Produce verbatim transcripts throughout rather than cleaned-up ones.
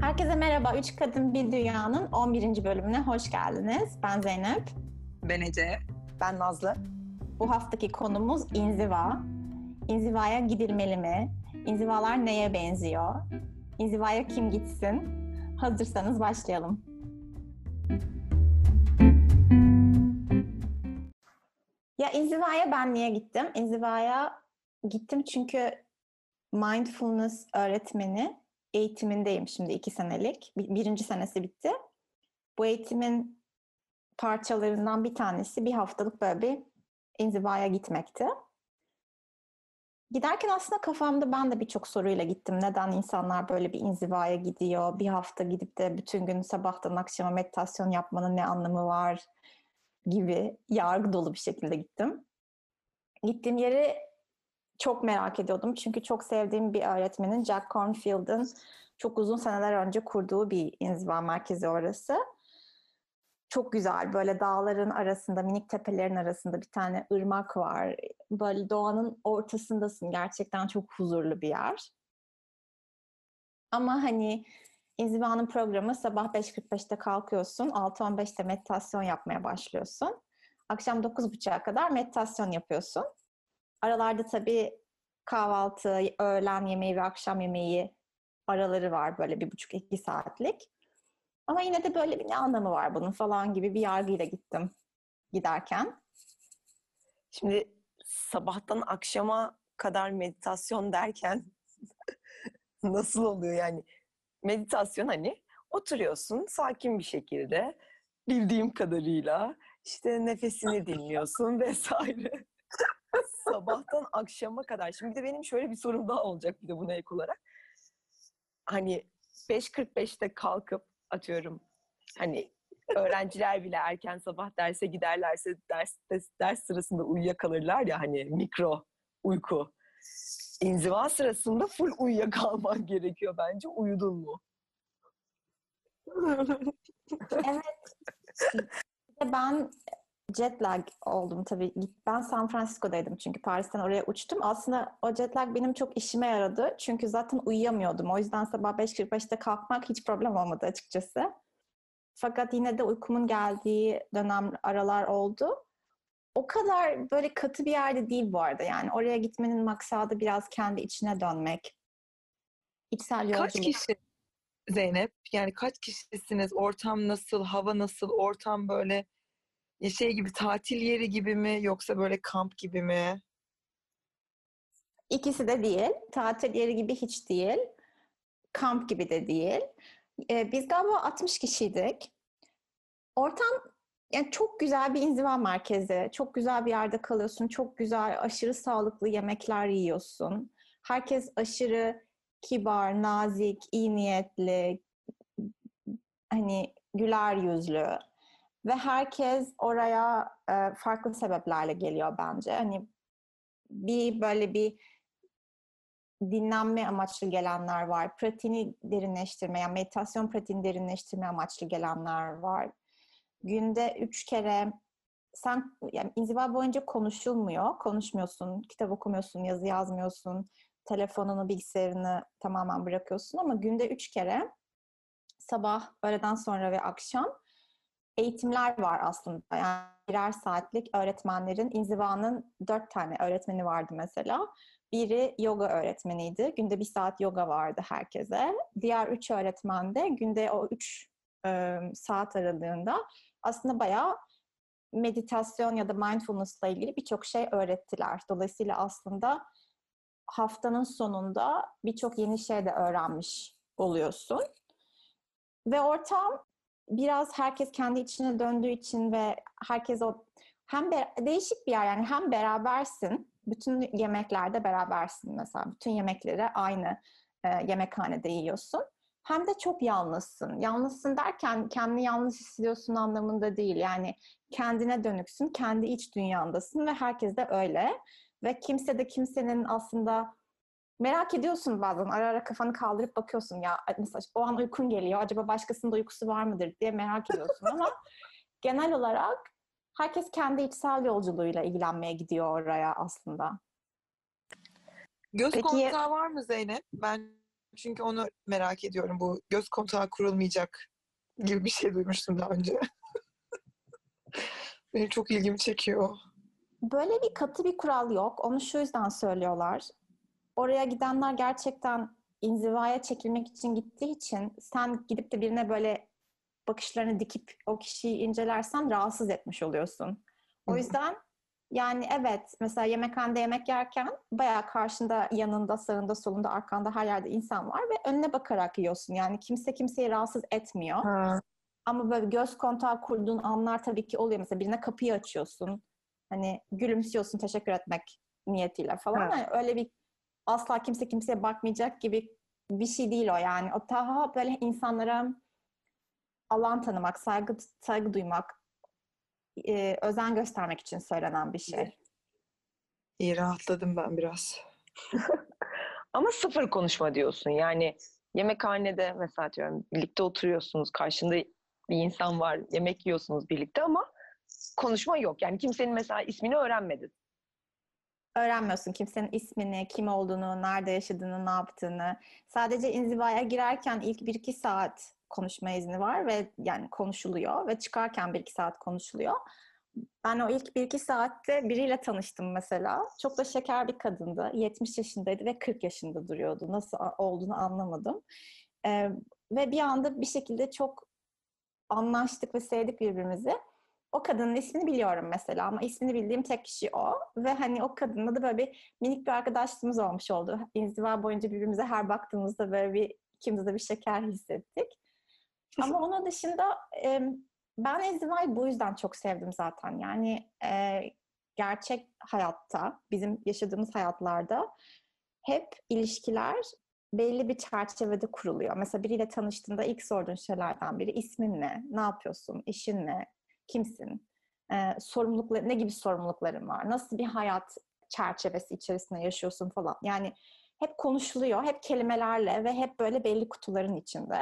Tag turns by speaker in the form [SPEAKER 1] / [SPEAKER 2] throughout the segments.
[SPEAKER 1] Herkese merhaba. Üç Kadın Bir Dünya'nın on birinci bölümüne hoş geldiniz. Ben Zeynep.
[SPEAKER 2] Ben Ece.
[SPEAKER 3] Ben Nazlı.
[SPEAKER 1] Bu haftaki konumuz inziva. İnzivaya gidilmeli mi? İnzivalar neye benziyor? İnzivaya kim gitsin? Hazırsanız başlayalım. Ya inzivaya ben niye gittim? İnzivaya gittim çünkü mindfulness öğretmeni eğitimindeyim şimdi iki senelik. Birinci senesi bitti. Bu eğitimin parçalarından bir tanesi bir haftalık böyle bir inzivaya gitmekti. Giderken aslında kafamda ben de birçok soruyla gittim. Neden insanlar böyle bir inzivaya gidiyor? Bir hafta gidip de bütün gün sabahtan akşama meditasyon yapmanın ne anlamı var? Gibi yargı dolu bir şekilde gittim. Gittiğim yeri çok merak ediyordum. Çünkü çok sevdiğim bir öğretmenin, Jack Kornfield'ın çok uzun seneler önce kurduğu bir inziva merkezi orası. Çok güzel, böyle dağların arasında, minik tepelerin arasında bir tane ırmak var. Böyle doğanın ortasındasın. Gerçekten çok huzurlu bir yer. Ama hani inzivanın programı sabah beş kırk beşte kalkıyorsun, altı on beşte meditasyon yapmaya başlıyorsun. Akşam dokuz buçuğa kadar meditasyon yapıyorsun. Aralarda tabii kahvaltı, öğlen yemeği ve akşam yemeği araları var böyle bir buçuk iki saatlik. Ama yine de böyle bir ne anlamı var bunun falan gibi bir yargıyla gittim giderken.
[SPEAKER 3] Şimdi sabahtan akşama kadar meditasyon derken nasıl oluyor yani? Meditasyon hani oturuyorsun sakin bir şekilde bildiğim kadarıyla işte nefesini dinliyorsun vesaire. Sabahtan akşama kadar. Şimdi bir de benim şöyle bir sorum daha olacak bir de buna ek olarak. Hani beş kırk beşte kalkıp atıyorum hani öğrenciler bile erken sabah derse giderlerse ders, ders, ders sırasında uyuyakalırlar ya hani mikro uyku. İnziva sırasında full uyuyakalman gerekiyor bence. Uyudun mu?
[SPEAKER 1] Evet. Ben jet lag oldum tabii. Ben San Francisco'daydım çünkü Paris'ten oraya uçtum. Aslında o jet lag benim çok işime yaradı. Çünkü zaten uyuyamıyordum. O yüzden sabah beş kırk beşte kalkmak hiç problem olmadı açıkçası. Fakat yine de uykumun geldiği dönem aralar oldu. O kadar böyle katı bir yerde değil bu arada. Yani oraya gitmenin maksadı biraz kendi içine dönmek. İçsel
[SPEAKER 2] Kaç
[SPEAKER 1] yolculuk.
[SPEAKER 2] kişi Zeynep? Yani kaç kişisiniz? Ortam nasıl? Hava nasıl? Ortam böyle ya şey gibi tatil yeri gibi mi? Yoksa böyle kamp gibi mi?
[SPEAKER 1] İkisi de değil. Tatil yeri gibi hiç değil. Kamp gibi de değil. Ee, biz galiba altmış kişiydik. Ortam yani çok güzel bir inziva merkezi. Çok güzel bir yerde kalıyorsun. Çok güzel, aşırı sağlıklı yemekler yiyorsun. Herkes aşırı kibar, nazik, iyi niyetli, hani güler yüzlü. Ve herkes oraya e, farklı sebeplerle geliyor bence. Hani bir böyle bir dinlenme amaçlı gelenler var. Pratiğini derinleştirme, yani meditasyon pratiğini derinleştirme amaçlı gelenler var. Günde üç kere sen yani inziva boyunca konuşulmuyor. Konuşmuyorsun, kitap okumuyorsun, yazı yazmıyorsun, telefonunu, bilgisayarını tamamen bırakıyorsun ama günde üç kere sabah, öğleden sonra ve akşam eğitimler var aslında. Yani birer saatlik öğretmenlerin, inzivanın dört tane öğretmeni vardı mesela. Biri yoga öğretmeniydi. Günde bir saat yoga vardı herkese. Diğer üç öğretmen de günde o üç e, saat aralığında aslında bayağı meditasyon ya da mindfulness'la ilgili birçok şey öğrettiler. Dolayısıyla aslında haftanın sonunda birçok yeni şey de öğrenmiş oluyorsun. Ve ortam biraz herkes kendi içine döndüğü için ve herkes o hem be, değişik bir yer yani hem berabersin, bütün yemeklerde berabersin mesela. Bütün yemekleri aynı e, yemekhanede yiyorsun. Hem de çok yalnızsın. Yalnızsın derken kendini yalnız hissediyorsun anlamında değil. Yani kendine dönüksün, kendi iç dünyandasın ve herkes de öyle. Ve kimse de kimsenin aslında merak ediyorsun bazen. Ara ara kafanı kaldırıp bakıyorsun ya mesela o an uykun geliyor. Acaba başkasının da uykusu var mıdır diye merak ediyorsun ama genel olarak herkes kendi içsel yolculuğuyla ilgilenmeye gidiyor oraya aslında.
[SPEAKER 2] Göz
[SPEAKER 1] Peki
[SPEAKER 2] kontağı var mı Zeynep? Ben çünkü onu merak ediyorum. Bu göz kontağı kurulmayacak gibi bir şey duymuştum daha önce. Benim çok ilgimi çekiyor.
[SPEAKER 1] Böyle bir katı bir kural yok. Onu şu yüzden söylüyorlar. Oraya gidenler gerçekten inzivaya çekilmek için gittiği için sen gidip de birine böyle bakışlarını dikip o kişiyi incelersen rahatsız etmiş oluyorsun. O yüzden yani evet mesela yemekhanede yemek yerken bayağı karşında, yanında, sağında, solunda, arkanda her yerde insan var ve önüne bakarak yiyorsun. Yani kimse kimseyi rahatsız etmiyor.
[SPEAKER 2] Ha.
[SPEAKER 1] Ama böyle göz kontağı kurduğun anlar tabii ki oluyor. Mesela birine kapıyı açıyorsun. Hani gülümsüyorsun teşekkür etmek niyetiyle falan.
[SPEAKER 2] Ha.
[SPEAKER 1] Yani öyle bir asla kimse kimseye bakmayacak gibi bir şey değil o yani. O daha böyle insanlara alan tanımak, saygı saygı duymak, e, özen göstermek için söylenen bir şey.
[SPEAKER 2] İyi, rahatladım ben biraz.
[SPEAKER 3] Ama sıfır konuşma diyorsun. Yani yemekhanede mesela diyorum birlikte oturuyorsunuz. Karşında bir insan var. Yemek yiyorsunuz birlikte ama konuşma yok. Yani kimsenin mesela ismini öğrenmedin.
[SPEAKER 1] Öğrenmiyorsun kimsenin ismini, kim olduğunu, nerede yaşadığını, ne yaptığını. Sadece inzivaya girerken ilk bir iki saat konuşma izni var ve yani konuşuluyor ve çıkarken bir iki saat konuşuluyor. Ben o ilk bir iki saatte biriyle tanıştım mesela. Çok da şeker bir kadındı. yetmiş yaşındaydı ve kırk yaşında duruyordu. Nasıl olduğunu anlamadım. Ee, ve bir anda bir şekilde çok anlaştık ve sevdik birbirimizi. O kadının ismini biliyorum mesela ama ismini bildiğim tek kişi o. Ve hani o kadınla da böyle bir minik bir arkadaşlığımız olmuş oldu. İnziva boyunca birbirimize her baktığımızda böyle bir ikimiz de bir şeker hissettik. Ama onun dışında e, ben inzivayı bu yüzden çok sevdim zaten. Yani e, gerçek hayatta, bizim yaşadığımız hayatlarda hep ilişkiler belli bir çerçevede kuruluyor. Mesela biriyle tanıştığında ilk sorduğun şeylerden biri ismin ne, ne yapıyorsun, işin ne, kimsin, ee, sorumlulukları, ne gibi sorumlulukların var, nasıl bir hayat çerçevesi içerisinde yaşıyorsun falan. Yani hep konuşuluyor, hep kelimelerle ve hep böyle belli kutuların içinde.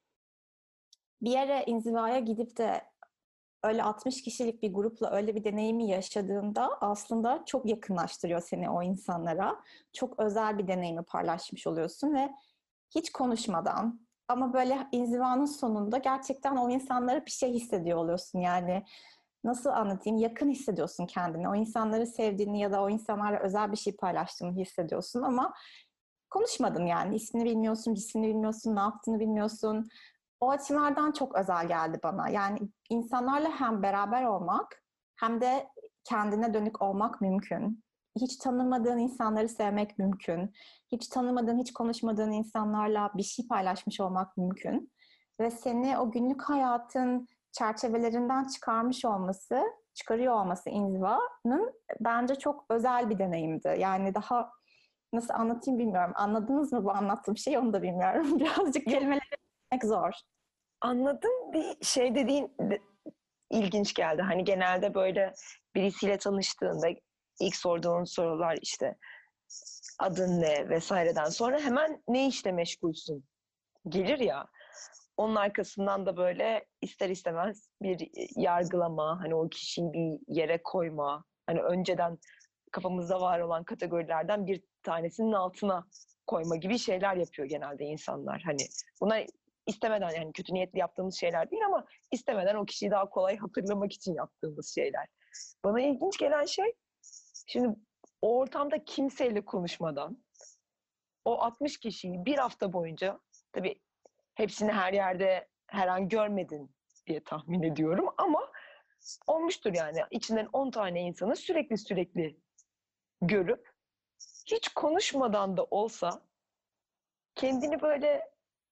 [SPEAKER 1] Bir yere inzivaya gidip de öyle altmış kişilik bir grupla öyle bir deneyimi yaşadığında aslında çok yakınlaştırıyor seni o insanlara. Çok özel bir deneyimi paylaşmış oluyorsun ve hiç konuşmadan ama böyle inzivanın sonunda gerçekten o insanlara bir şey hissediyor oluyorsun. Yani nasıl anlatayım? Yakın hissediyorsun kendini. O insanları sevdiğini ya da o insanlarla özel bir şey paylaştığını hissediyorsun ama konuşmadın yani. İsmini bilmiyorsun, cismini bilmiyorsun, ne yaptığını bilmiyorsun. O açılardan çok özel geldi bana. Yani insanlarla hem beraber olmak hem de kendine dönük olmak mümkün. Hiç tanımadığın insanları sevmek mümkün. Hiç tanımadığın, hiç konuşmadığın insanlarla bir şey paylaşmış olmak mümkün. Ve seni o günlük hayatın çerçevelerinden çıkarmış olması, çıkarıyor olması inzivanın bence çok özel bir deneyimdi. Yani daha nasıl anlatayım bilmiyorum. Anladınız mı bu anlattığım şeyi onu da bilmiyorum. Birazcık kelimeleri etmek zor.
[SPEAKER 3] Anladım. Bir şey dediğin de ilginç geldi. Hani genelde böyle birisiyle tanıştığında ilk sorduğun sorular işte adın ne vesaireden sonra hemen ne işle meşgulsün gelir ya. Onun arkasından da böyle ister istemez bir yargılama, hani o kişiyi bir yere koyma, hani önceden kafamızda var olan kategorilerden bir tanesinin altına koyma gibi şeyler yapıyor genelde insanlar. Hani buna istemeden, yani kötü niyetli yaptığımız şeyler değil ama istemeden o kişiyi daha kolay hatırlamak için yaptığımız şeyler. Bana ilginç gelen şey, şimdi o ortamda kimseyle konuşmadan o altmış kişiyi bir hafta boyunca, tabii hepsini her yerde her an görmedin diye tahmin ediyorum ama olmuştur yani. İçinden on tane insanı sürekli sürekli görüp hiç konuşmadan da olsa kendini böyle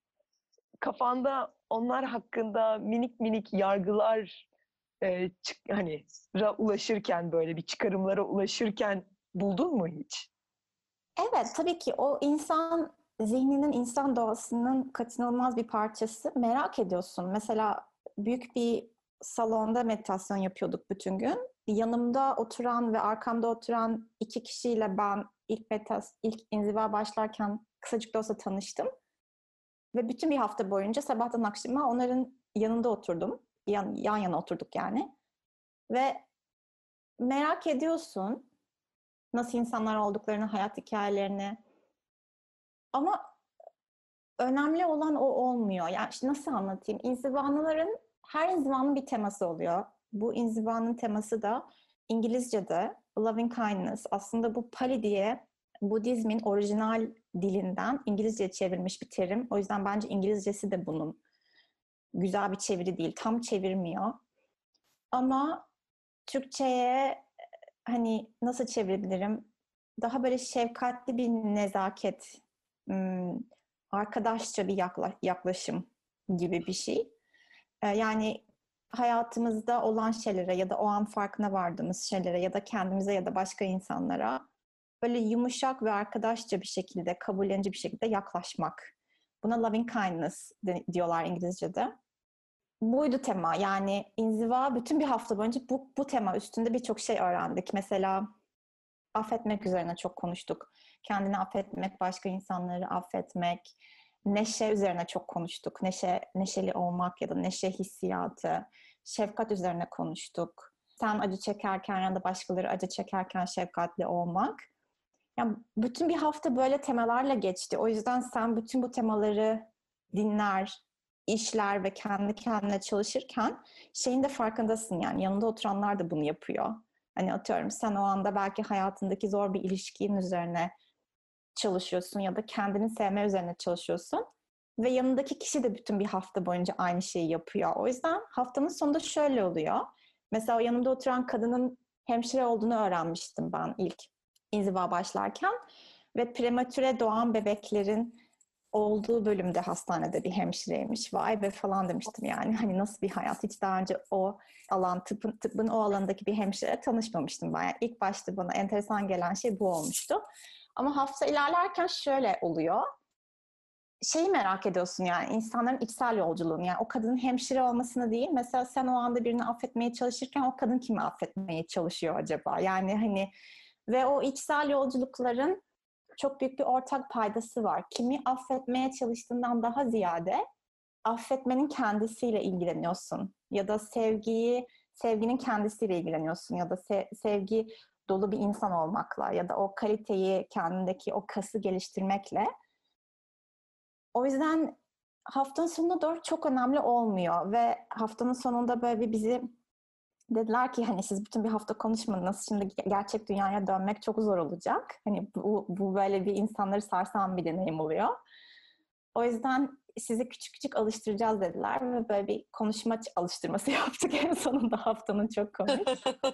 [SPEAKER 3] kafanda onlar hakkında minik minik yargılar e, çık, hani ra ulaşırken, böyle bir çıkarımlara ulaşırken buldun mu hiç?
[SPEAKER 1] Evet, tabii ki o insan zihninin, insan doğasının kaçınılmaz bir parçası. Merak ediyorsun. Mesela büyük bir salonda meditasyon yapıyorduk bütün gün. Yanımda oturan ve arkamda oturan iki kişiyle ben ilk meditas ilk inziva başlarken kısacık da olsa tanıştım. Ve bütün bir hafta boyunca sabahtan akşama onların yanında oturdum. Yan, yan yana oturduk yani. Ve merak ediyorsun nasıl insanlar olduklarını, hayat hikayelerini. Ama önemli olan o olmuyor. Yani işte nasıl anlatayım? İnzivalıların, her inzivanın bir teması oluyor. Bu inzivanın teması da İngilizce'de loving kindness. Aslında bu Pali diye Budizmin orijinal dilinden İngilizce'ye çevrilmiş bir terim. O yüzden bence İngilizcesi de bunun güzel bir çeviri değil. Tam çevirmiyor. Ama Türkçe'ye hani nasıl çevirebilirim? Daha böyle şefkatli bir nezaket, arkadaşça bir yaklaşım gibi bir şey. Yani hayatımızda olan şeylere ya da o an farkına vardığımız şeylere ya da kendimize ya da başka insanlara böyle yumuşak ve arkadaşça bir şekilde, kabullenici bir şekilde yaklaşmak. Buna loving kindness diyorlar İngilizce'de. Buydu tema. Yani inziva bütün bir hafta boyunca bu, bu tema üstünde birçok şey öğrendik. Mesela affetmek üzerine çok konuştuk. Kendini affetmek, başka insanları affetmek, neşe üzerine çok konuştuk. Neşe, neşeli olmak ya da neşe hissiyatı, şefkat üzerine konuştuk. Sen acı çekerken ya da başkaları acı çekerken şefkatli olmak. Yani bütün bir hafta böyle temalarla geçti. O yüzden sen bütün bu temaları dinler, işler ve kendi kendine çalışırken şeyin de farkındasın, yani yanında oturanlar da bunu yapıyor. Hani atıyorum sen o anda belki hayatındaki zor bir ilişkinin üzerine çalışıyorsun ya da kendini sevme üzerine çalışıyorsun ve yanındaki kişi de bütün bir hafta boyunca aynı şeyi yapıyor. O yüzden haftanın sonunda şöyle oluyor. Mesela o yanımda oturan kadının hemşire olduğunu öğrenmiştim ben ilk inziva başlarken ve prematüre doğan bebeklerin olduğu bölümde hastanede bir hemşireymiş. Vay be falan demiştim yani. Hani nasıl bir hayat? Hiç daha önce o alan, tıbbın, tıbbın o alandaki bir hemşire tanışmamıştım ben. Yani ilk başta bana enteresan gelen şey bu olmuştu. Ama hafta ilerlerken şöyle oluyor. Şeyi merak ediyorsun yani insanların içsel yolculuğunu. Yani o kadının hemşire olmasını değil. Mesela sen o anda birini affetmeye çalışırken o kadın kimi affetmeye çalışıyor acaba? Yani hani ve o içsel yolculukların çok büyük bir ortak paydası var. Kimi affetmeye çalıştığından daha ziyade affetmenin kendisiyle ilgileniyorsun. Ya da sevgiyi, sevginin kendisiyle ilgileniyorsun. Ya da se- sevgi dolu bir insan olmakla ya da o kaliteyi, kendindeki o kası geliştirmekle. O yüzden haftanın sonuna doğru çok önemli olmuyor ve haftanın sonunda böyle bir bizi dediler ki hani siz bütün bir hafta konuşmadınız. Şimdi gerçek dünyaya dönmek çok zor olacak. Hani bu, bu böyle bir insanları sarsan bir deneyim oluyor. O yüzden sizi küçük küçük alıştıracağız dediler ve böyle bir konuşma alıştırması yaptık en sonunda haftanın, çok komik.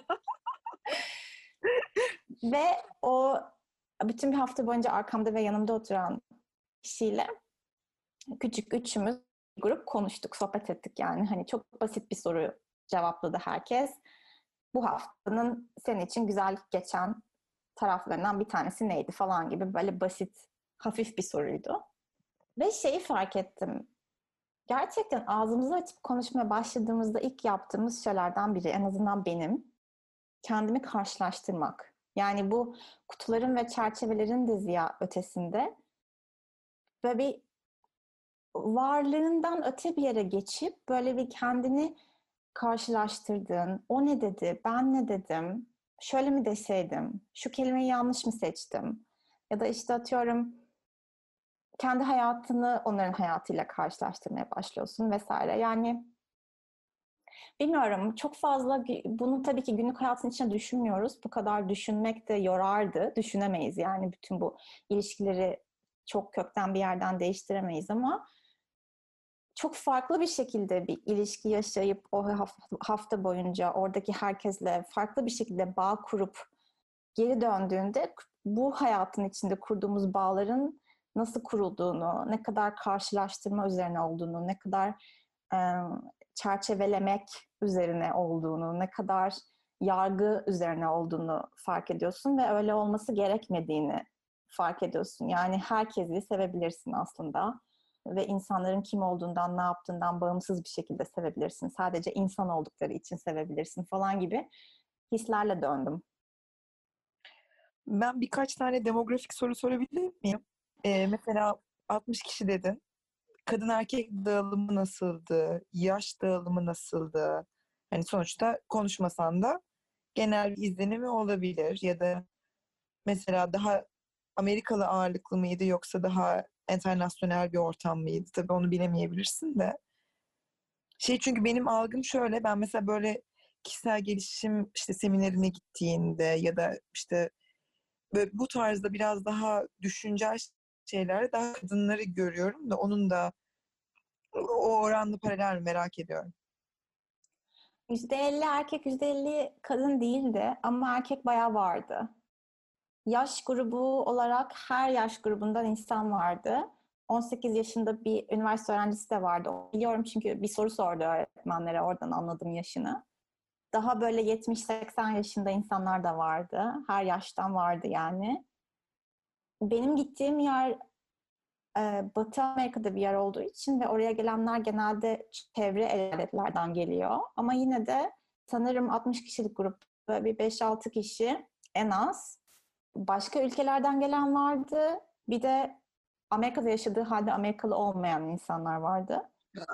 [SPEAKER 1] Ve o bütün bir hafta boyunca arkamda ve yanımda oturan kişiyle küçük üçümüz grup konuştuk, sohbet ettik yani. Hani çok basit bir soru cevapladı herkes. Bu haftanın senin için güzel geçen taraflarından bir tanesi neydi falan gibi böyle basit, hafif bir soruydu. Ve şeyi fark ettim. Gerçekten ağzımızı açıp konuşmaya başladığımızda ilk yaptığımız şeylerden biri, en azından benim, kendimi karşılaştırmak. Yani bu kutuların ve çerçevelerin de ziya ötesinde böyle bir varlığından öte bir yere geçip böyle bir kendini karşılaştırdın. O ne dedi? Ben ne dedim? Şöyle mi deseydim? Şu kelimeyi yanlış mı seçtim? Ya da işte atıyorum kendi hayatını onların hayatıyla karşılaştırmaya başlıyorsun vesaire. Yani bilmiyorum, çok fazla bunu tabii ki günlük hayatın içine düşünmüyoruz. Bu kadar düşünmek de yorardı. Düşünemeyiz yani bütün bu ilişkileri çok kökten bir yerden değiştiremeyiz ama çok farklı bir şekilde bir ilişki yaşayıp o hafta boyunca oradaki herkesle farklı bir şekilde bağ kurup geri döndüğünde bu hayatın içinde kurduğumuz bağların nasıl kurulduğunu, ne kadar karşılaştırma üzerine olduğunu, ne kadar e, çerçevelemek üzerine olduğunu, ne kadar yargı üzerine olduğunu fark ediyorsun ve öyle olması gerekmediğini fark ediyorsun. Yani herkesi sevebilirsin aslında ve insanların kim olduğundan, ne yaptığından bağımsız bir şekilde sevebilirsin. Sadece insan oldukları için sevebilirsin falan gibi hislerle döndüm.
[SPEAKER 2] Ben birkaç tane demografik soru sorabilir miyim? Ee, mesela altmış kişi dedin. Kadın erkek dağılımı nasıldı? Yaş dağılımı nasıldı? Hani sonuçta konuşmasan da genel bir izlenimi olabilir. Ya da mesela daha Amerikalı ağırlıklı mıydı yoksa daha enternasyonel bir ortam mıydı? Tabii onu bilemeyebilirsin de. Şey, çünkü benim algım şöyle, ben mesela böyle kişisel gelişim işte seminerine gittiğinde ya da işte böyle bu tarzda biraz daha düşüncel şeylerde daha kadınları görüyorum da onun da o oranlı paralel mi merak ediyorum.
[SPEAKER 1] yüzde elli erkek, yüzde elli kadın değildi ama erkek bayağı vardı. Yaş grubu olarak her yaş grubundan insan vardı. on sekiz yaşında bir üniversite öğrencisi de vardı. Biliyorum çünkü bir soru sordu öğretmenlere, oradan anladım yaşını. Daha böyle yetmiş seksen yaşında insanlar da vardı. Her yaştan vardı yani. Benim gittiğim yer e, Batı Amerika'da bir yer olduğu için ve oraya gelenler genelde çevre eyaletlerden geliyor. Ama yine de sanırım altmış kişilik grup, bir beş altı kişi en az. Başka ülkelerden gelen vardı. Bir de Amerika'da yaşadığı halde Amerikalı olmayan insanlar vardı.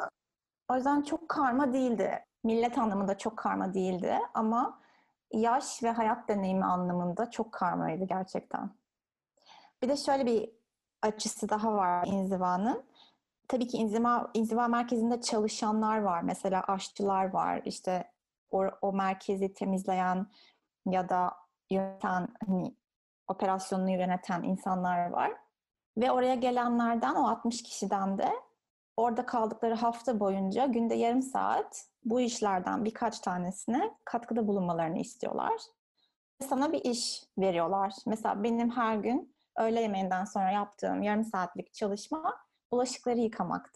[SPEAKER 1] O yüzden çok karma değildi. Millet anlamında çok karma değildi ama yaş ve hayat deneyimi anlamında çok karmaydı gerçekten. Bir de şöyle bir açısı daha var inzivanın. Tabii ki inziva, inziva merkezinde çalışanlar var. Mesela aşçılar var. İşte o, o merkezi temizleyen ya da yöneten, hani operasyonunu yöneten insanlar var. Ve oraya gelenlerden, o altmış kişiden de orada kaldıkları hafta boyunca günde yarım saat bu işlerden birkaç tanesine katkıda bulunmalarını istiyorlar. Sana bir iş veriyorlar. Mesela benim her gün öğle yemeğinden sonra yaptığım yarım saatlik çalışma bulaşıkları yıkamaktı.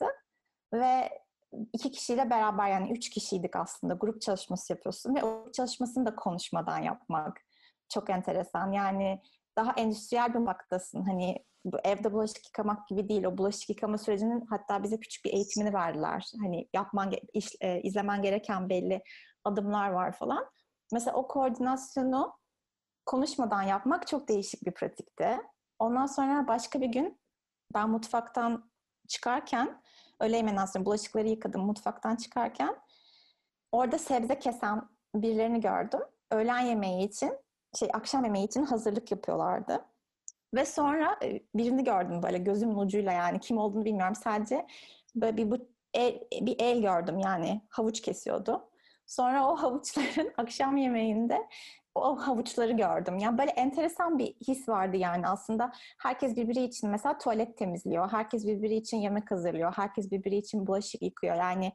[SPEAKER 1] Ve iki kişiyle beraber, yani üç kişiydik aslında, grup çalışması yapıyorsun ve o çalışmasını da konuşmadan yapmak çok enteresan. Yani daha endüstriyel bir baktasın. Hani evde bulaşık yıkamak gibi değil. O bulaşık yıkama sürecinin hatta bize küçük bir eğitimini verdiler. Hani yapman, iş, e, izlemen gereken belli adımlar var falan. Mesela o koordinasyonu konuşmadan yapmak çok değişik bir pratikti. Ondan sonra başka bir gün ben mutfaktan çıkarken, öğle yemeğinden sonra bulaşıkları yıkadım, mutfaktan çıkarken orada sebze kesen birilerini gördüm. Öğlen yemeği için, şey akşam yemeği için hazırlık yapıyorlardı. Ve sonra birini gördüm böyle gözümün ucuyla, yani kim olduğunu bilmiyorum. Sadece böyle bir, bu, el, bir el gördüm, yani havuç kesiyordu. Sonra o havuçların akşam yemeğinde o havuçları gördüm. Yani böyle enteresan bir his vardı yani aslında. Herkes birbiri için mesela tuvalet temizliyor. Herkes birbiri için yemek hazırlıyor. Herkes birbiri için bulaşık yıkıyor. Yani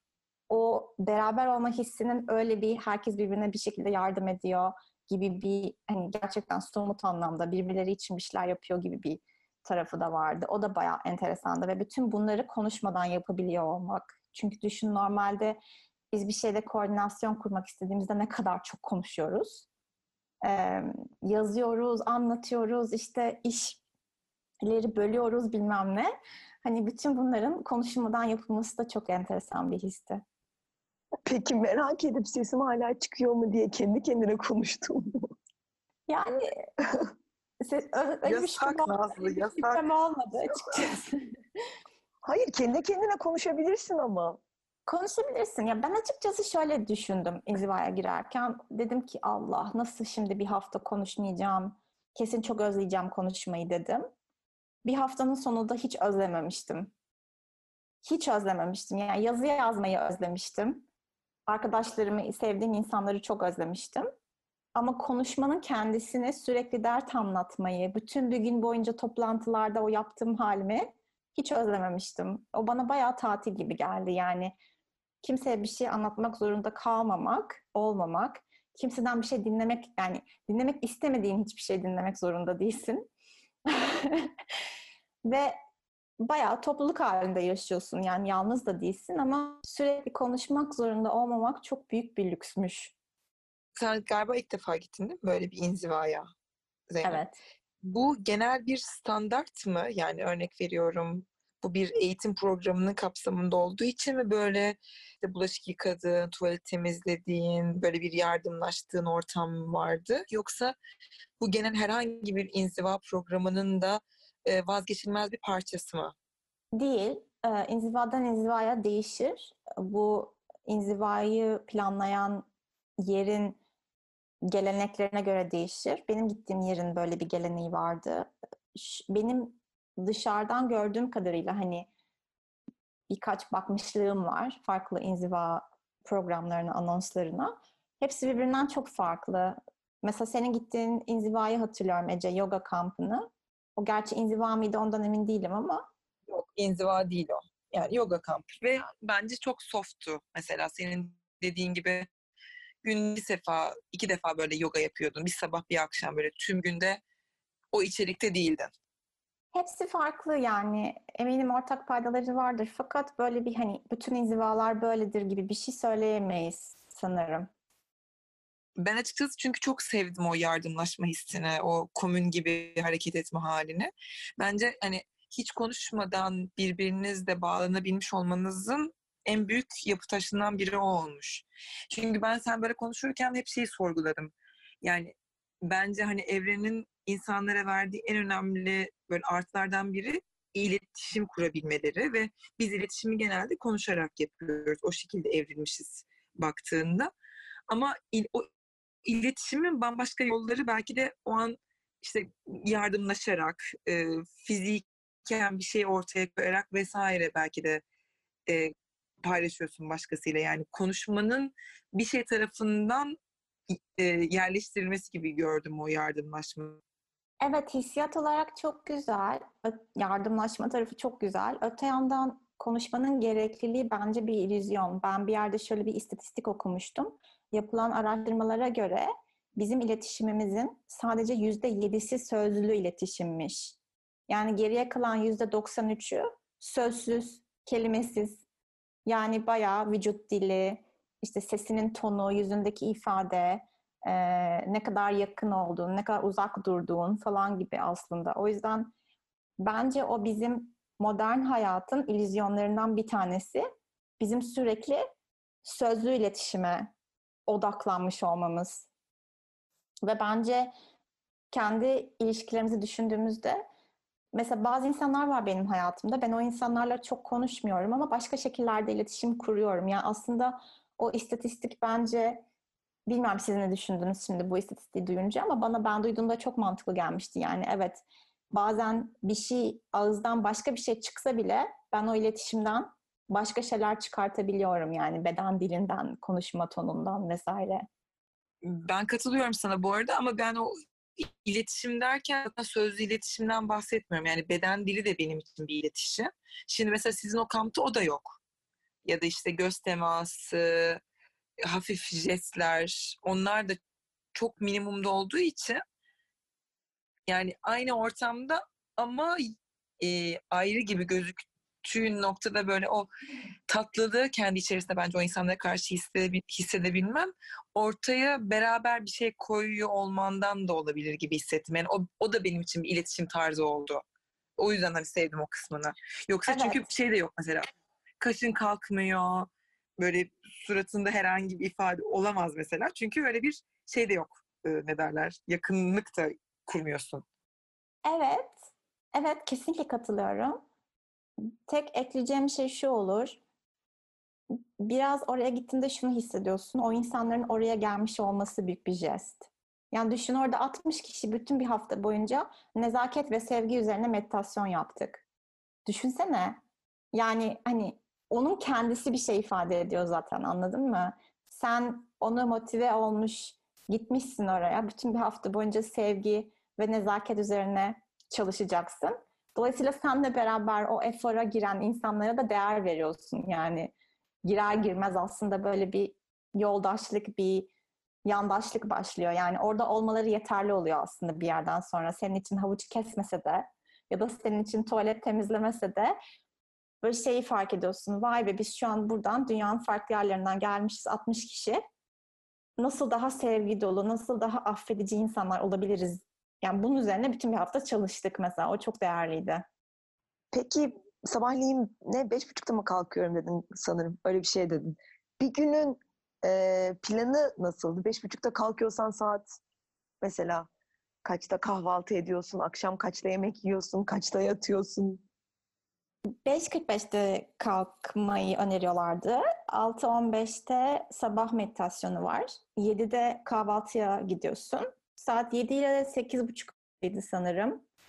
[SPEAKER 1] o beraber olma hissinin öyle bir, herkes birbirine bir şekilde yardım ediyor gibi bir, hani gerçekten somut anlamda birbirleri için bir şeyler yapıyor gibi bir tarafı da vardı. O da bayağı enteresandı ve bütün bunları konuşmadan yapabiliyor olmak. Çünkü düşün, normalde biz bir şeyde koordinasyon kurmak istediğimizde ne kadar çok konuşuyoruz. Ee, yazıyoruz, anlatıyoruz, işte işleri bölüyoruz bilmem ne. Hani bütün bunların konuşmadan yapılması da çok enteresan bir histi.
[SPEAKER 3] Peki merak edip sesim hala çıkıyor mu diye kendi kendine konuştum mu?
[SPEAKER 1] Yani öyle bir şüphem
[SPEAKER 2] Yasak Nazlı, yasak.
[SPEAKER 1] olmadı açıkçası.
[SPEAKER 3] Hayır, kendi kendine konuşabilirsin ama.
[SPEAKER 1] Konuşabilirsin. Ya ben açıkçası şöyle düşündüm inzivaya girerken. Dedim ki Allah, nasıl şimdi bir hafta konuşmayacağım. Kesin çok özleyeceğim konuşmayı dedim. Bir haftanın sonunda hiç özlememiştim. Hiç özlememiştim. Yani yazı yazmayı özlemiştim. Arkadaşlarımı, sevdiğim insanları çok özlemiştim. Ama konuşmanın kendisini, sürekli dert anlatmayı, bütün bir gün boyunca toplantılarda o yaptığım halimi hiç özlememiştim. O bana bayağı tatil gibi geldi. Yani kimseye bir şey anlatmak zorunda kalmamak, olmamak, kimseden bir şey dinlemek, yani dinlemek istemediğin hiçbir şey dinlemek zorunda değilsin. Ve bayağı topluluk halinde yaşıyorsun. Yani yalnız da değilsin ama sürekli konuşmak zorunda olmamak çok büyük bir lüksmüş.
[SPEAKER 2] Sen galiba ilk defa gittin değil mi böyle bir inzivaya Zeynep?
[SPEAKER 1] Evet.
[SPEAKER 2] Bu genel bir standart mı? Yani örnek veriyorum, bu bir eğitim programının kapsamında olduğu için mi böyle işte bulaşık yıkadığın, tuvalet temizlediğin, böyle bir yardımlaştığın ortam vardı? Yoksa bu genel herhangi bir inziva programının da e, vazgeçilmez bir parçası mı?
[SPEAKER 1] Değil. Ee, inzivadan inzivaya değişir. Bu inzivayı planlayan yerin geleneklerine göre değişir. Benim gittiğim yerin böyle bir geleneği vardı. Benim dışarıdan gördüğüm kadarıyla hani birkaç bakmışlığım var farklı inziva programlarına, anonslarına. Hepsi birbirinden çok farklı. Mesela senin gittiğin inzivayı hatırlıyorum, Ece, yoga kampını. O gerçi inziva mıydı ondan emin değilim ama.
[SPEAKER 2] Yok, inziva değil o. Yani yoga kampı ve bence çok softtu. Mesela senin dediğin gibi gün bir sefa, iki defa böyle yoga yapıyordun. Bir sabah bir akşam, böyle tüm günde o içerikte değildin.
[SPEAKER 1] Hepsi farklı yani. Eminim ortak paydaları vardır. Fakat böyle bir hani bütün inzivalar böyledir gibi bir şey söyleyemeyiz sanırım.
[SPEAKER 2] Ben açıkçası çünkü çok sevdim o yardımlaşma hissini, o komün gibi hareket etme halini. Bence hani hiç konuşmadan birbirinizle bağlanabilmiş olmanızın en büyük yapı taşından biri o olmuş. Çünkü ben sen böyle konuşurken hep şeyi sorguladım. Yani bence hani evrenin insanlara verdiği en önemli böyle artılardan biri iletişim kurabilmeleri ve biz iletişimi genelde konuşarak yapıyoruz. O şekilde evrilmişiz baktığında. Ama il, o iletişimin bambaşka yolları belki de o an işte yardımlaşarak, e, fiziken bir şey ortaya koyarak vesaire belki de e, paylaşıyorsun başkasıyla. Yani konuşmanın bir şey tarafından e, yerleştirilmesi gibi gördüm o yardımlaşma.
[SPEAKER 1] Evet, hissiyat olarak çok güzel. Yardımlaşma tarafı çok güzel. Öte yandan konuşmanın gerekliliği bence bir illüzyon. Ben bir yerde şöyle bir istatistik okumuştum. Yapılan araştırmalara göre bizim iletişimimizin sadece yüzde yedisi sözlü iletişimmiş. Yani geriye kalan yüzde doksan üçü sözsüz, kelimesiz. Yani bayağı vücut dili, işte sesinin tonu, yüzündeki ifade, e, ne kadar yakın olduğun, ne kadar uzak durduğun falan gibi aslında. O yüzden bence o bizim modern hayatın illüzyonlarından bir tanesi. Bizim sürekli sözlü iletişime odaklanmış olmamız. Ve bence kendi ilişkilerimizi düşündüğümüzde mesela bazı insanlar var benim hayatımda. Ben o insanlarla çok konuşmuyorum ama başka şekillerde iletişim kuruyorum. Yani aslında o istatistik bence, bilmiyorum siz ne düşündünüz şimdi bu istatistiği duyunca, ama bana ben duyduğumda çok mantıklı gelmişti. Yani evet, bazen bir şey ağızdan başka bir şey çıksa bile ben o iletişimden başka şeyler çıkartabiliyorum. Yani beden dilinden, konuşma tonundan vesaire.
[SPEAKER 2] Ben katılıyorum sana bu arada ama ben o iletişim derken sözlü iletişimden bahsetmiyorum. Yani beden dili de benim için bir iletişim. Şimdi mesela sizin o kampta o da yok. Ya da işte göz teması, hafif jestler, onlar da çok minimumda olduğu için yani aynı ortamda ama e, ayrı gibi gözüktüğün noktada böyle o tatlılığı kendi içerisinde bence o insanlara karşı hissedebilmem ortaya beraber bir şey koyuyor olmandan da olabilir gibi hissettim. Yani o, o da benim için bir iletişim tarzı oldu. O yüzden hani sevdim o kısmını. Yoksa çünkü
[SPEAKER 1] Evet.
[SPEAKER 2] şey de yok mesela. Kaşın kalkmıyor. Böyle suratında herhangi bir ifade olamaz mesela. Çünkü öyle bir şey de yok. Ee, ne derler? Yakınlık da kurmuyorsun.
[SPEAKER 1] Evet. Evet, kesinlikle katılıyorum. Tek ekleyeceğim şey şu olur. Biraz oraya gittiğinde şunu hissediyorsun. O insanların oraya gelmiş olması büyük bir jest. Yani düşün, orada altmış kişi bütün bir hafta boyunca nezaket ve sevgi üzerine meditasyon yaptık. Düşünsene. Yani hani onun kendisi bir şey ifade ediyor zaten, anladın mı? Sen ona motive olmuş, gitmişsin oraya. Bütün bir hafta boyunca sevgi ve nezaket üzerine çalışacaksın. Dolayısıyla senle beraber o efora giren insanlara da değer veriyorsun. Yani girer girmez aslında böyle bir yoldaşlık, bir yandaşlık başlıyor. Yani orada olmaları yeterli oluyor aslında bir yerden sonra. Senin için havuç kesmese de ya da senin için tuvalet temizlemese de böyle şeyi fark ediyorsun. Vay be, biz şu an buradan dünyanın farklı yerlerinden gelmişiz, altmış kişi. Nasıl daha sevgi dolu, nasıl daha affedici insanlar olabiliriz? Yani bunun üzerine bütün bir hafta çalıştık mesela. O çok değerliydi.
[SPEAKER 3] Peki sabahleyin ne beş buçukta mı kalkıyorum dedin sanırım. Öyle bir şey dedin. Bir günün e, planı nasıldı? Beş buçukta kalkıyorsan saat mesela kaçta kahvaltı ediyorsun? Akşam kaçta yemek yiyorsun? Kaçta yatıyorsun?
[SPEAKER 1] beş kırk beşte kalkmayı öneriyorlardı. altı on beşte sabah meditasyonu var. yedide kahvaltıya gidiyorsun. Saat yedi ile sekiz buçuk sanırım.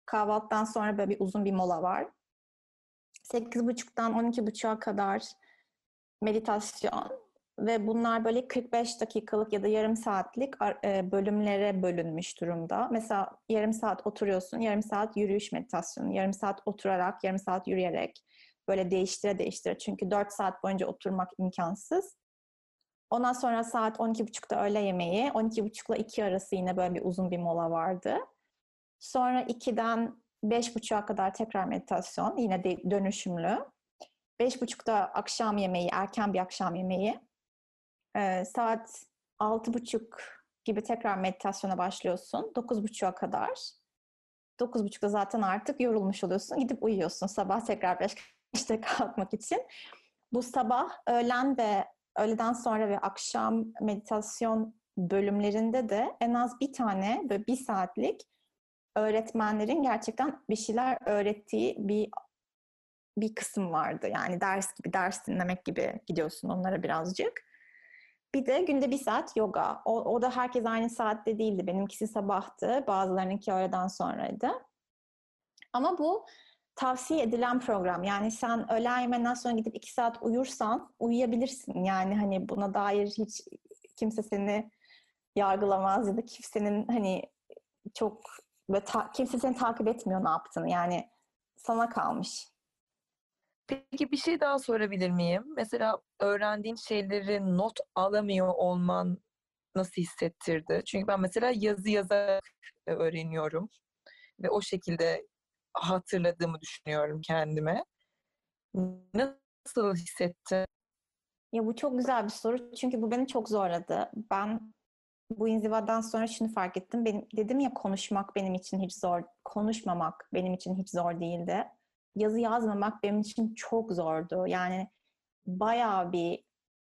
[SPEAKER 1] Kahvaltıdan sonra böyle bir uzun bir mola var. sekiz buçuktan on iki buçuğa kadar meditasyon ve bunlar böyle kırk beş dakikalık ya da yarım saatlik bölümlere bölünmüş durumda. Mesela yarım saat oturuyorsun, yarım saat yürüyüş meditasyonu, yarım saat oturarak, yarım saat yürüyerek böyle değiştire değiştire. Çünkü dört saat boyunca oturmak imkansız. Ondan sonra saat on iki buçukta öğle yemeği, on iki buçukla iki arası yine böyle bir uzun bir mola vardı. Sonra ikiden beş buçuğa kadar tekrar meditasyon, yine de dönüşümlü. Beş buçukta akşam yemeği, erken bir akşam yemeği. Ee, saat altı buçuk gibi tekrar meditasyona başlıyorsun. Dokuz buçuğa kadar. Dokuz buçukta zaten artık yorulmuş oluyorsun. Gidip uyuyorsun sabah tekrar beşte kalkmak için. Bu sabah, öğlen ve öğleden sonra ve akşam meditasyon bölümlerinde de en az bir tane böyle bir saatlik öğretmenlerin gerçekten bir şeyler öğrettiği bir bir kısım vardı. Yani ders gibi, ders dinlemek gibi gidiyorsun onlara birazcık. Bir de günde bir saat yoga. O, o da herkes aynı saatte değildi. Benimkisi sabahtı. Bazılarınınki öğleden sonraydı. Ama bu tavsiye edilen program. Yani sen öğlen yemeğinden sonra gidip iki saat uyursan uyuyabilirsin. Yani hani buna dair hiç kimse seni yargılamaz ya da kimsenin hani çok ve ta, kimse seni takip etmiyor ne yaptığını. Yani sana kalmış.
[SPEAKER 2] Peki bir şey daha sorabilir miyim? Mesela öğrendiğin şeyleri not alamıyor olman nasıl hissettirdi? Çünkü ben mesela yazı yazarak öğreniyorum ve o şekilde hatırladığımı düşünüyorum kendime. Nasıl hissettin?
[SPEAKER 1] Ya bu çok güzel bir soru. Çünkü bu beni çok zorladı. Ben bu inzivadan sonra şunu fark ettim. Benim, dedim ya konuşmak benim için hiç zor, konuşmamak benim için hiç zor değildi. Yazı yazmamak benim için çok zordu. Yani bayağı bir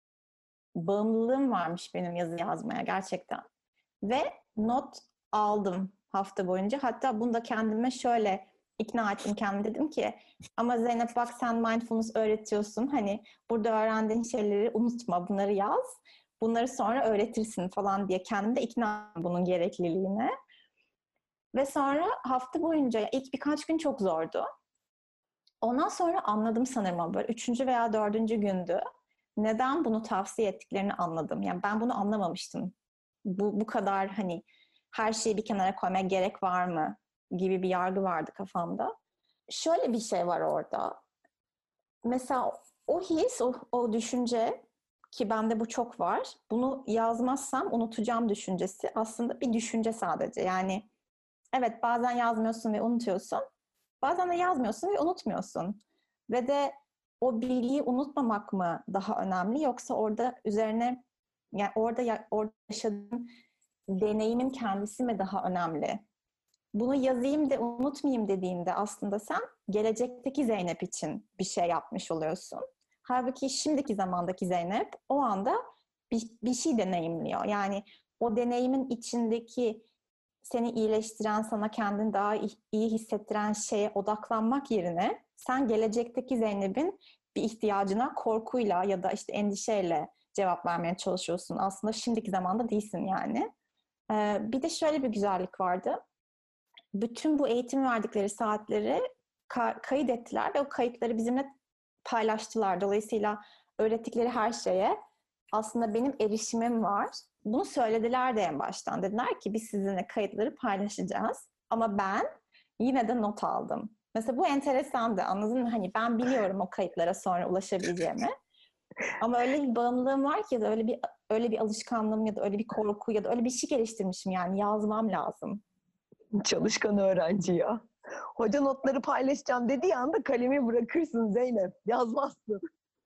[SPEAKER 1] bağımlılığım varmış benim yazı yazmaya gerçekten. Ve not aldım hafta boyunca. Hatta bunu da kendime şöyle ikna ettim kendime. Dedim ki ama Zeynep bak sen mindfulness öğretiyorsun. Hani burada öğrendiğin şeyleri unutma, bunları yaz. Bunları sonra öğretirsin falan diye kendimi de ikna ettim bunun gerekliliğine. Ve sonra hafta boyunca ilk birkaç gün çok zordu. Ondan sonra anladım sanırım böyle üçüncü veya dördüncü gündü. Neden bunu tavsiye ettiklerini anladım. Yani ben bunu anlamamıştım. Bu, bu kadar hani her şeyi bir kenara koymaya gerek var mı gibi bir yargı vardı kafamda. Şöyle bir şey var orada. Mesela o his, o, o düşünce ki bende bu çok var. Bunu yazmazsam unutacağım düşüncesi aslında bir düşünce sadece. Yani evet bazen yazmıyorsun ve unutuyorsun. Bazen de yazmıyorsun ve unutmuyorsun. Ve de o bilgiyi unutmamak mı daha önemli yoksa orada üzerine yani orada orada yaşadığın deneyimin kendisi mi daha önemli? Bunu yazayım da unutmayayım dediğinde aslında sen gelecekteki Zeynep için bir şey yapmış oluyorsun. Halbuki şimdiki zamandaki Zeynep o anda bir, bir şey deneyimliyor. Yani o deneyimin içindeki seni iyileştiren, sana kendini daha iyi hissettiren şeye odaklanmak yerine sen gelecekteki Zeynep'in bir ihtiyacına korkuyla ya da işte endişeyle cevap vermeye çalışıyorsun. Aslında şimdiki zamanda değilsin yani. Ee, bir de şöyle bir güzellik vardı. Bütün bu eğitim verdikleri saatleri ka- kayıt ettiler ve o kayıtları bizimle paylaştılar. Dolayısıyla öğrettikleri her şeye aslında benim erişimim var. Bunu söylediler de en baştan. Dediler ki biz sizinle kayıtları paylaşacağız. Ama ben yine de not aldım. Mesela bu enteresandı, anladın mı? Hani ben biliyorum o kayıtlara sonra ulaşabileceğimi. Ama öyle bir bağımlılığım var ki ya da öyle bir öyle bir alışkanlığım ya da öyle bir korku ya da öyle bir şey geliştirmişim yani yazmam lazım.
[SPEAKER 3] Çalışkan öğrenci ya. Hoca notları paylaşacağım dediği anda kalemi bırakırsın Zeynep. Yazmazsın.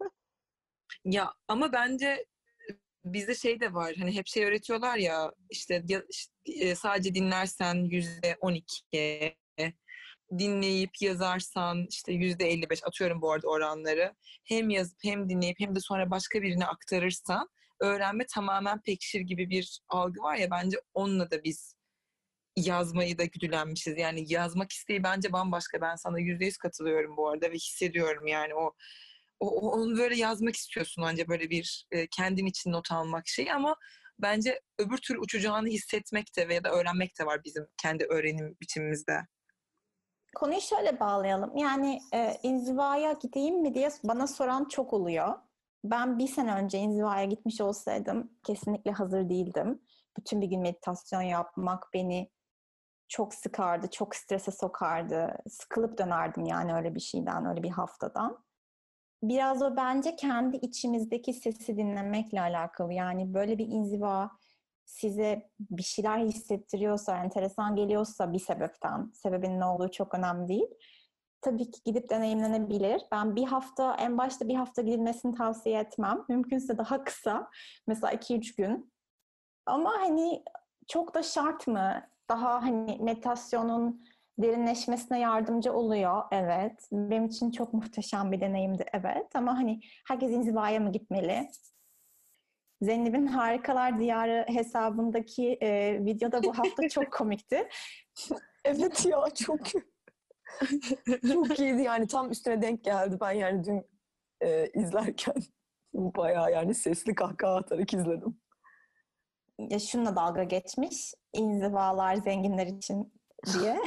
[SPEAKER 2] Ya ama bence bizde şey de var. Hani hep şey öğretiyorlar ya işte, ya, işte sadece dinlersen yüzde on iki, dinleyip yazarsan işte yüzde elli beş, atıyorum bu arada oranları. Hem yazıp hem dinleyip hem de sonra başka birine aktarırsan öğrenme tamamen pekişir gibi bir algı var ya, bence onunla da biz yazmayı da güdülenmişiz. Yani yazmak isteği bence bambaşka. Ben sana yüzde yüz katılıyorum bu arada ve hissediyorum yani o, o onu böyle yazmak istiyorsun, ancak böyle bir e, kendin için not almak şey, ama bence öbür tür uçacağını hissetmek de veya da öğrenmek de var bizim kendi öğrenim biçimimizde.
[SPEAKER 1] Konuyu şöyle bağlayalım. Yani e, inzivaya gideyim mi diye bana soran çok oluyor. Ben bir sene önce inzivaya gitmiş olsaydım kesinlikle hazır değildim. Bütün bir gün meditasyon yapmak beni çok sıkardı, çok strese sokardı. Sıkılıp dönerdim yani öyle bir şeyden, öyle bir haftadan. Biraz o bence kendi içimizdeki sesi dinlemekle alakalı. Yani böyle bir inziva size bir şeyler hissettiriyorsa, enteresan geliyorsa bir sebepten, sebebin ne olduğu çok önemli değil. Tabii ki gidip deneyimlenebilir. Ben bir hafta, en başta bir hafta gidilmesini tavsiye etmem. Mümkünse daha kısa, mesela iki üç gün. Ama hani çok da şart mı? Daha hani meditasyonun derinleşmesine yardımcı oluyor. Evet. Benim için çok muhteşem bir deneyimdi. Evet. Ama hani herkes inzivaya mı gitmeli? Zeynep'in Harikalar Diyarı hesabındaki e, videoda bu hafta çok komikti.
[SPEAKER 3] Evet ya, çok çok iyiydi yani, tam üstüne denk geldi. Ben yani dün e, izlerken bayağı yani sesli kahkaha atarak izledim.
[SPEAKER 1] Ya şununla dalga geçmiş. İnzivalar zenginler için diye.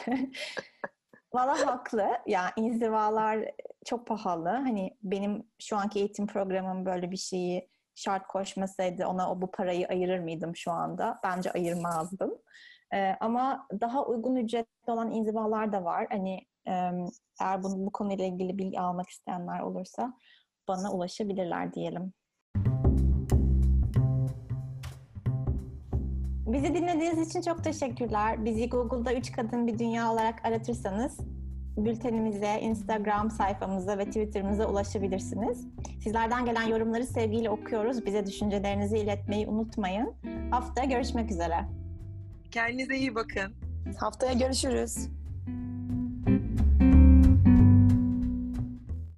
[SPEAKER 1] Valla haklı. Ya inzivalar çok pahalı. Hani benim şu anki eğitim programım böyle bir şeyi şart koşmasaydı ona o bu parayı ayırır mıydım şu anda? Bence ayırmazdım. Ee, ama daha uygun ücretli olan inzivalar da var. Hani e, eğer bunu, bu konuyla ilgili bilgi almak isteyenler olursa bana ulaşabilirler diyelim. Bizi dinlediğiniz için çok teşekkürler. Bizi Google'da Üç Kadın Bir Dünya olarak aratırsanız bültenimize, Instagram sayfamıza ve Twitter'ımıza ulaşabilirsiniz. Sizlerden gelen yorumları sevgiyle okuyoruz. Bize düşüncelerinizi iletmeyi unutmayın. Haftaya görüşmek üzere.
[SPEAKER 2] Kendinize iyi bakın.
[SPEAKER 3] Haftaya görüşürüz.